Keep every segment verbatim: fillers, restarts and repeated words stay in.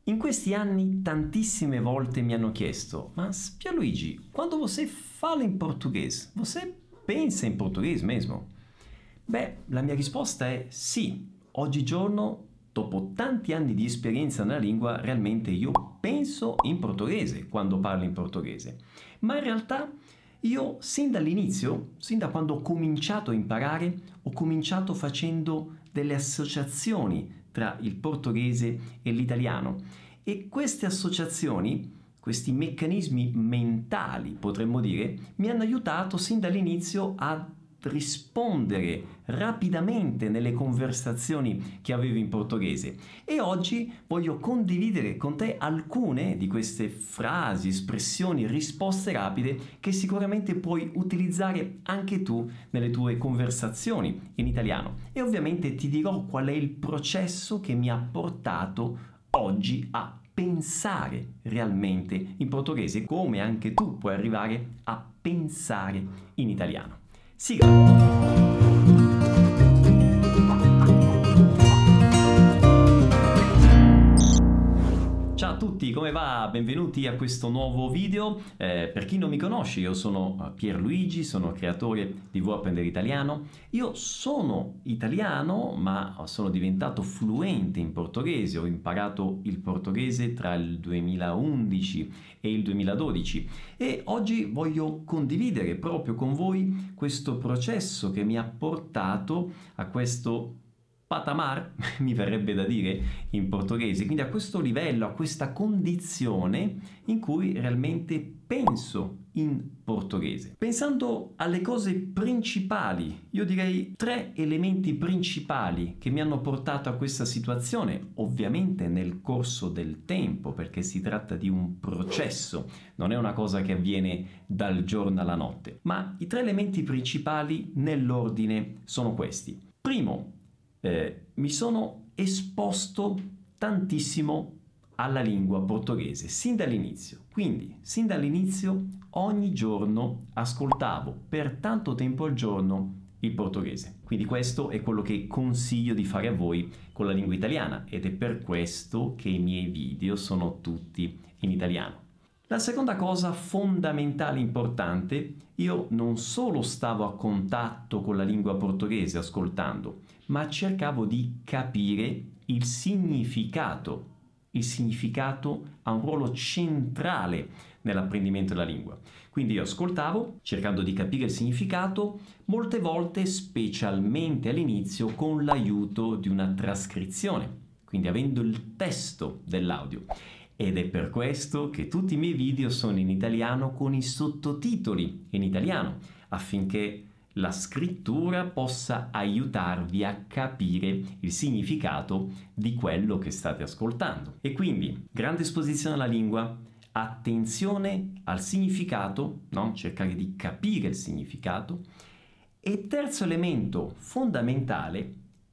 In questi anni tantissime volte mi hanno chiesto: ma Pierluigi, quando você fala em português, você pensa in portoghese mesmo? Beh, la mia risposta è sì. Oggigiorno, dopo tanti anni di esperienza nella lingua, realmente io penso in portoghese quando parlo in portoghese. Ma in realtà io sin dall'inizio, sin da quando ho cominciato a imparare, ho cominciato facendo delle associazioni tra il portoghese e l'italiano. E queste associazioni, questi meccanismi mentali, potremmo dire, mi hanno aiutato sin dall'inizio a rispondere rapidamente nelle conversazioni che avevo in portoghese. E oggi voglio condividere con te alcune di queste frasi, espressioni, risposte rapide che sicuramente puoi utilizzare anche tu nelle tue conversazioni in italiano. E ovviamente ti dirò qual è il processo che mi ha portato oggi a pensare realmente in portoghese, come anche tu puoi arrivare a pensare in italiano. Sigla! Ciao a tutti, come va? Benvenuti a questo nuovo video. Eh, per chi non mi conosce, io sono Pierluigi, sono creatore di Vuoi Apprendere Italiano. Io sono italiano, ma sono diventato fluente in portoghese. Ho imparato il portoghese tra il duemilaundici e il duemiladodici e oggi voglio condividere proprio con voi questo processo che mi ha portato a questo patamar, mi verrebbe da dire in portoghese, quindi a questo livello, a questa condizione in cui realmente penso in portoghese. Pensando alle cose principali, io direi tre elementi principali che mi hanno portato a questa situazione, ovviamente nel corso del tempo, perché si tratta di un processo, non è una cosa che avviene dal giorno alla notte, ma i tre elementi principali nell'ordine sono questi. Primo, Eh, mi sono esposto tantissimo alla lingua portoghese sin dall'inizio, quindi sin dall'inizio ogni giorno ascoltavo per tanto tempo al giorno il portoghese, quindi questo è quello che consiglio di fare a voi con la lingua italiana ed è per questo che i miei video sono tutti in italiano. La seconda cosa fondamentale importante, io non solo stavo a contatto con la lingua portoghese ascoltando, ma cercavo di capire il significato. Il significato ha un ruolo centrale nell'apprendimento della lingua. Quindi io ascoltavo, cercando di capire il significato, molte volte, specialmente all'inizio, con l'aiuto di una trascrizione, quindi avendo il testo dell'audio. Ed è per questo che tutti i miei video sono in italiano con i sottotitoli in italiano, affinché la scrittura possa aiutarvi a capire il significato di quello che state ascoltando. E quindi, grande esposizione alla lingua, attenzione al significato, no? Cercare di capire il significato. E terzo elemento fondamentale,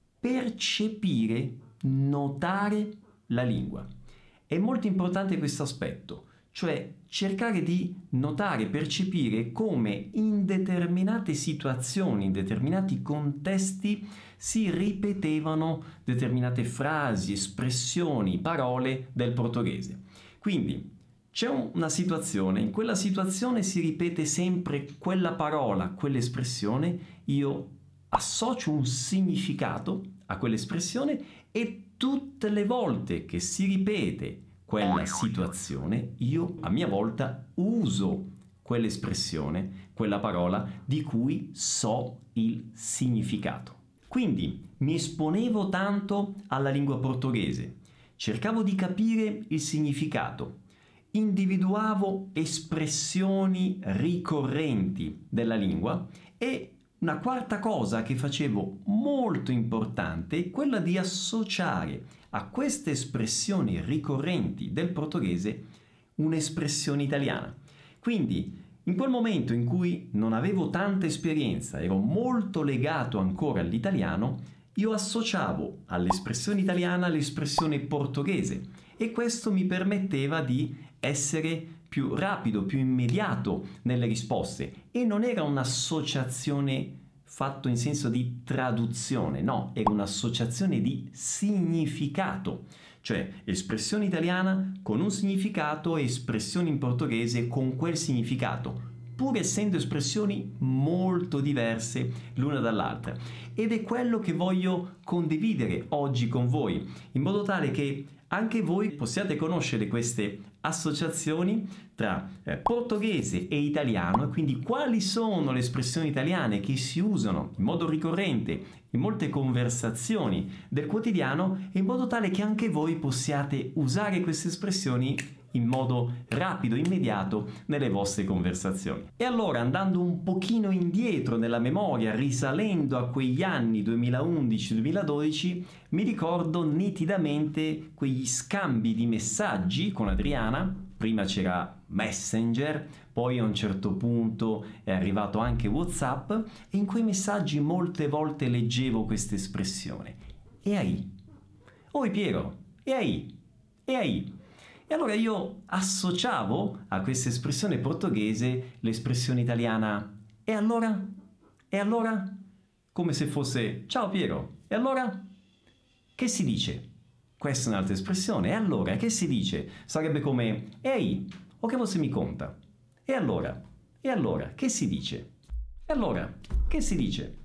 percepire, notare la lingua. È molto importante questo aspetto, cioè cercare di notare, percepire come in determinate situazioni, in determinati contesti si ripetevano determinate frasi, espressioni, parole del portoghese. Quindi c'è una situazione, in quella situazione si ripete sempre quella parola, quell'espressione, io associo un significato a quell'espressione e tutte le volte che si ripete quella situazione, io a mia volta uso quell'espressione, quella parola di cui so il significato. Quindi mi esponevo tanto alla lingua portoghese, cercavo di capire il significato, individuavo espressioni ricorrenti della lingua e una quarta cosa che facevo molto importante è quella di associare a queste espressioni ricorrenti del portoghese un'espressione italiana. Quindi, in quel momento in cui non avevo tanta esperienza, ero molto legato ancora all'italiano, io associavo all'espressione italiana l'espressione portoghese e questo mi permetteva di essere più rapido, più immediato nelle risposte e non era un'associazione fatto in senso di traduzione, no, era un'associazione di significato, cioè espressione italiana con un significato e espressione in portoghese con quel significato, pur essendo espressioni molto diverse l'una dall'altra. Ed è quello che voglio condividere oggi con voi, in modo tale che anche voi possiate conoscere queste associazioni tra eh, portoghese e italiano, e quindi quali sono le espressioni italiane che si usano in modo ricorrente in molte conversazioni del quotidiano, in modo tale che anche voi possiate usare queste espressioni in modo rapido, immediato nelle vostre conversazioni. E allora, andando un pochino indietro nella memoria, risalendo a quegli anni duemilaundici duemiladodici, mi ricordo nitidamente quegli scambi di messaggi con Adriana. Prima c'era Messenger, poi a un certo punto è arrivato anche WhatsApp, e in quei messaggi molte volte leggevo questa espressione: e aí? Oi Piero, e aí? E aí? E allora io associavo a questa espressione portoghese l'espressione italiana e allora? E allora? Come se fosse ciao Piero, e allora? Che si dice? Questa è un'altra espressione, e allora che si dice? Sarebbe come ehi, o che você mi conta? E allora? E allora che si dice? E allora che si dice?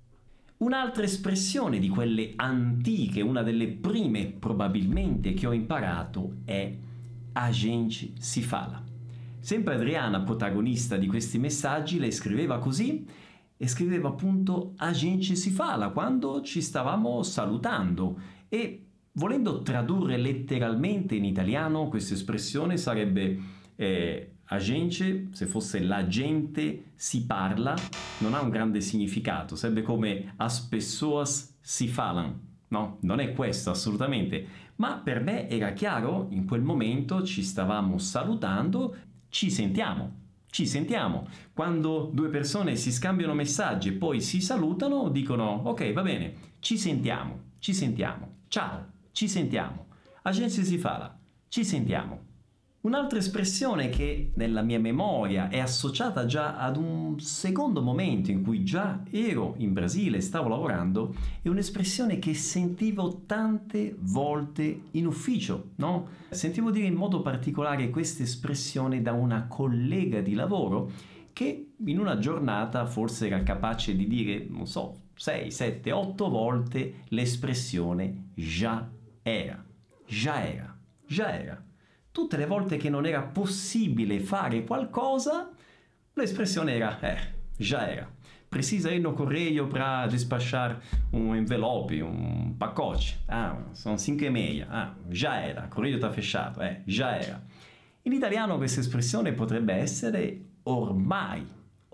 Un'altra espressione di quelle antiche, una delle prime probabilmente che ho imparato, è a gente si fala. Sempre Adriana, protagonista di questi messaggi, le scriveva così, e scriveva appunto a gente si fala quando ci stavamo salutando, e volendo tradurre letteralmente in italiano questa espressione sarebbe eh, a gente, se fosse la gente si parla, non ha un grande significato, sarebbe come as pessoas si falam. No, non è questo assolutamente, ma per me era chiaro, in quel momento ci stavamo salutando, ci sentiamo, ci sentiamo. Quando due persone si scambiano messaggi e poi si salutano, dicono ok, va bene, ci sentiamo, ci sentiamo, ciao, ci sentiamo, a gente si fala, ci sentiamo. Un'altra espressione che nella mia memoria è associata già ad un secondo momento in cui già ero in Brasile e stavo lavorando è un'espressione che sentivo tante volte in ufficio, no? Sentivo dire in modo particolare questa espressione da una collega di lavoro che in una giornata forse era capace di dire, non so, sei, sette, otto volte l'espressione già era, già era, già era. Tutte le volte che non era possibile fare qualcosa, l'espressione era, eh, già era. Precisa ir no correio para despachar um envelope, um pacote. Ah, sono cinque e meia. Ah, già era, il correio sta fechato. Eh, già era. In italiano questa espressione potrebbe essere ormai.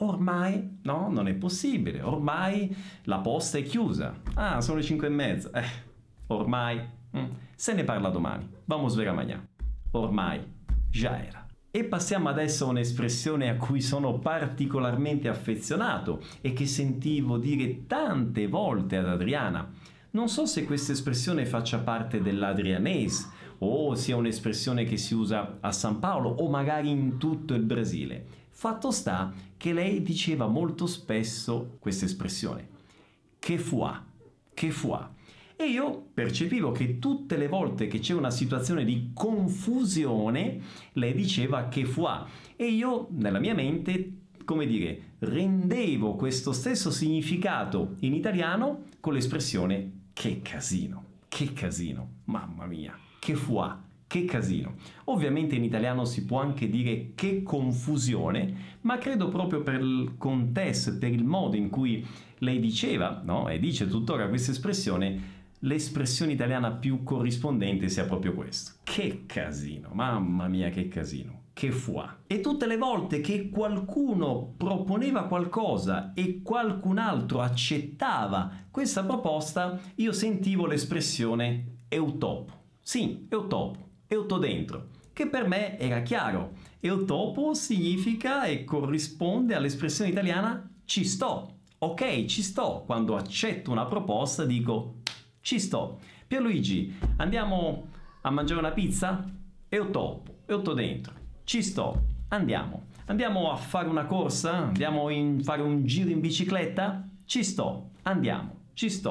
Ormai, no, non è possibile. Ormai la posta è chiusa. Ah, sono le cinque e mezza. Eh, ormai. Mm. Se ne parla domani. Vamos ver amanhã. Ormai, già era. E passiamo adesso a un'espressione a cui sono particolarmente affezionato e che sentivo dire tante volte ad Adriana. Non so se questa espressione faccia parte dell'adrianese o sia un'espressione che si usa a San Paolo o magari in tutto il Brasile. Fatto sta che lei diceva molto spesso questa espressione. Che fua, che fua. E io percepivo che tutte le volte che c'è una situazione di confusione, lei diceva che fua. E io, nella mia mente, come dire, rendevo questo stesso significato in italiano con l'espressione che casino, che casino, mamma mia, che fua, che casino. Ovviamente in italiano si può anche dire che confusione, ma credo proprio per il contesto, per il modo in cui lei diceva, no? E dice tuttora questa espressione, l'espressione italiana più corrispondente sia proprio questo. Che casino, mamma mia che casino, che fua. E tutte le volte che qualcuno proponeva qualcosa e qualcun altro accettava questa proposta, io sentivo l'espressione eu topo. Sì, eu topo, eu tô dentro, che per me era chiaro. Eu topo significa e corrisponde all'espressione italiana ci sto. Ok, ci sto. Quando accetto una proposta dico ci sto. Pierluigi, andiamo a mangiare una pizza? Eu topo, eu tô dentro. Ci sto, andiamo. Andiamo a fare una corsa? Andiamo a fare un giro in bicicletta? Ci sto, andiamo, ci sto.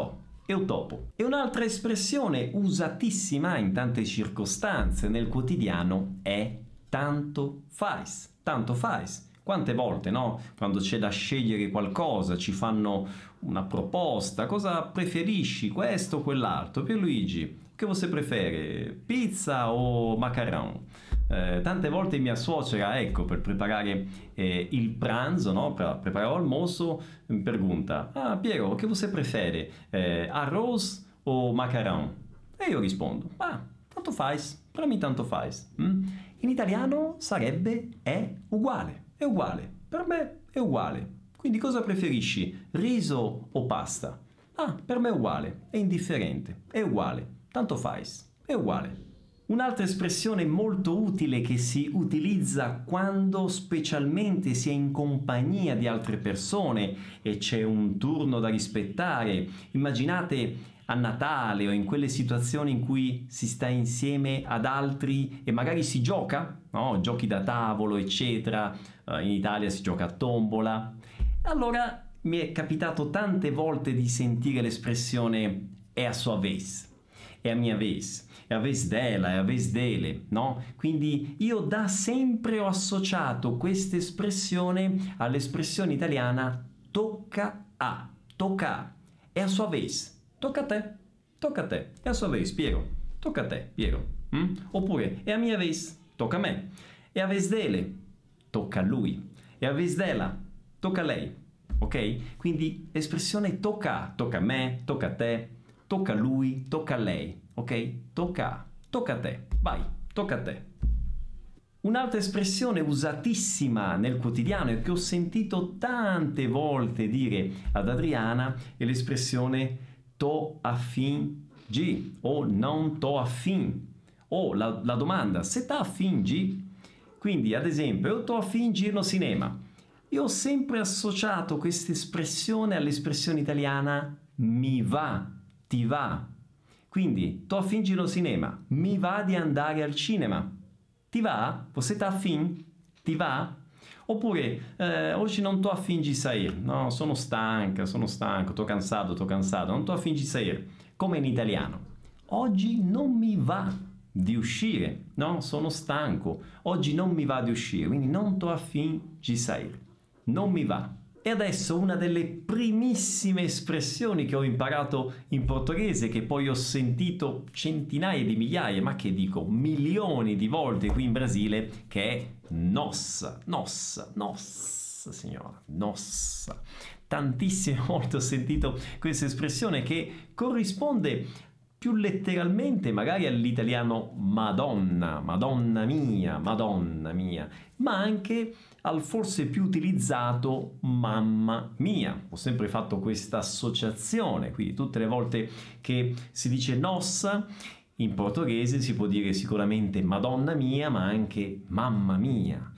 eu topo. E un'altra espressione usatissima in tante circostanze nel quotidiano è tanto fais. Tanto fais. Quante volte, no? Quando c'è da scegliere qualcosa, ci fanno una proposta, cosa preferisci, questo o quell'altro? Pierluigi, che você prefere, pizza o macaron? Eh, tante volte mia suocera, ecco, per preparare eh, il pranzo, no? Per preparare l'almuerzo, mi pregunta, ah Piero, che você prefere, eh, arroz o macaron? E io rispondo, ah, tanto fais, per me tanto fais. Mm? In italiano sarebbe è uguale. È uguale, per me è uguale. Quindi cosa preferisci, riso o pasta? Ah, per me è uguale, è indifferente, è uguale, tanto fais, è uguale. Un'altra espressione molto utile che si utilizza quando specialmente si è in compagnia di altre persone e c'è un turno da rispettare. Immaginate a Natale o in quelle situazioni in cui si sta insieme ad altri e magari si gioca, no? Giochi da tavolo, eccetera. In Italia si gioca a tombola. Allora mi è capitato tante volte di sentire l'espressione è a sua vez, è a mia vez, è a vez dela, è a vez dele, no? Quindi io da sempre ho associato questa espressione all'espressione italiana tocca a, tocca a, è a sua vez. Tocca a te, tocca a te, è a sua vez, Piero, tocca a te, Piero. Mm? Oppure, è a mia vez, tocca a me. È a vez dele, tocca a lui. È a vez dela, tocca a lei. Ok? Quindi espressione tocca a, tocca a me, tocca a te, tocca a lui, tocca a lei. Ok? Tocca a, tocca a te, vai, tocca a te. Un'altra espressione usatissima nel quotidiano e che ho sentito tante volte dire ad Adriana è l'espressione tô afim de o non tô afim o la, la domanda se tá afim de. Quindi ad esempio io tô afim de ir no cinema. Io ho sempre associato questa espressione all'espressione italiana mi va, ti va. Quindi tô afim de ir no cinema, mi va di andare al cinema. Ti va? Você tá afim? Ti va? Oppure, eh, oggi non tô afim di sair, no, sono stanca, sono stanco, tô cansato, tô cansato, non tô afim di sair, come in italiano. Oggi non mi va di uscire, no, sono stanco, oggi non mi va di uscire, quindi non tô afim di sair, non mi va. E adesso una delle primissime espressioni che ho imparato in portoghese, che poi ho sentito centinaia di migliaia, ma che dico milioni di volte qui in Brasile, che è nossa, nossa, nossa signora, nossa. Tantissime volte ho sentito questa espressione che corrisponde più letteralmente magari all'italiano Madonna, Madonna mia, Madonna mia, ma anche al forse più utilizzato mamma mia. Ho sempre fatto questa associazione, quindi tutte le volte che si dice nossa in portoghese si può dire sicuramente Madonna mia, ma anche mamma mia,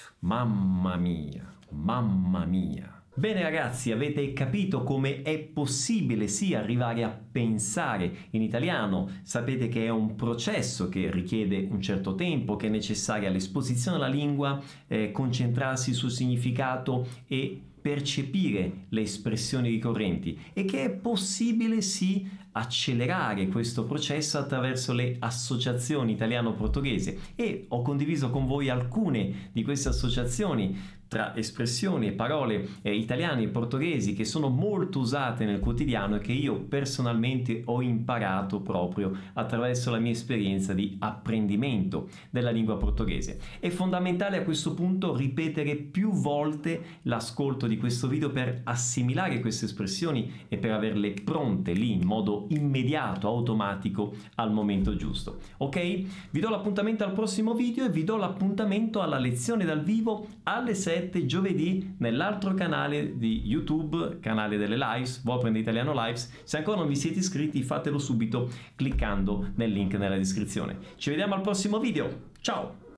mamma mia, mamma mia. Bene ragazzi, avete capito come è possibile sì arrivare a pensare in italiano? Sapete che è un processo che richiede un certo tempo, che è necessaria all'esposizione alla lingua, eh, concentrarsi sul significato e percepire le espressioni ricorrenti e che è possibile sì accelerare questo processo attraverso le associazioni italiano-portoghese e ho condiviso con voi alcune di queste associazioni tra espressioni e parole eh, italiane e portoghesi che sono molto usate nel quotidiano e che io personalmente ho imparato proprio attraverso la mia esperienza di apprendimento della lingua portoghese. È fondamentale a questo punto ripetere più volte l'ascolto di questo video per assimilare queste espressioni e per averle pronte lì in modo immediato, automatico al momento giusto. Ok? Vi do l'appuntamento al prossimo video e vi do l'appuntamento alla lezione dal vivo alle sette giovedì nell'altro canale di YouTube, canale delle lives, Vuoi Apprendere Italiano Lives. Se ancora non vi siete iscritti fatelo subito cliccando nel link nella descrizione. Ci vediamo al prossimo video, ciao!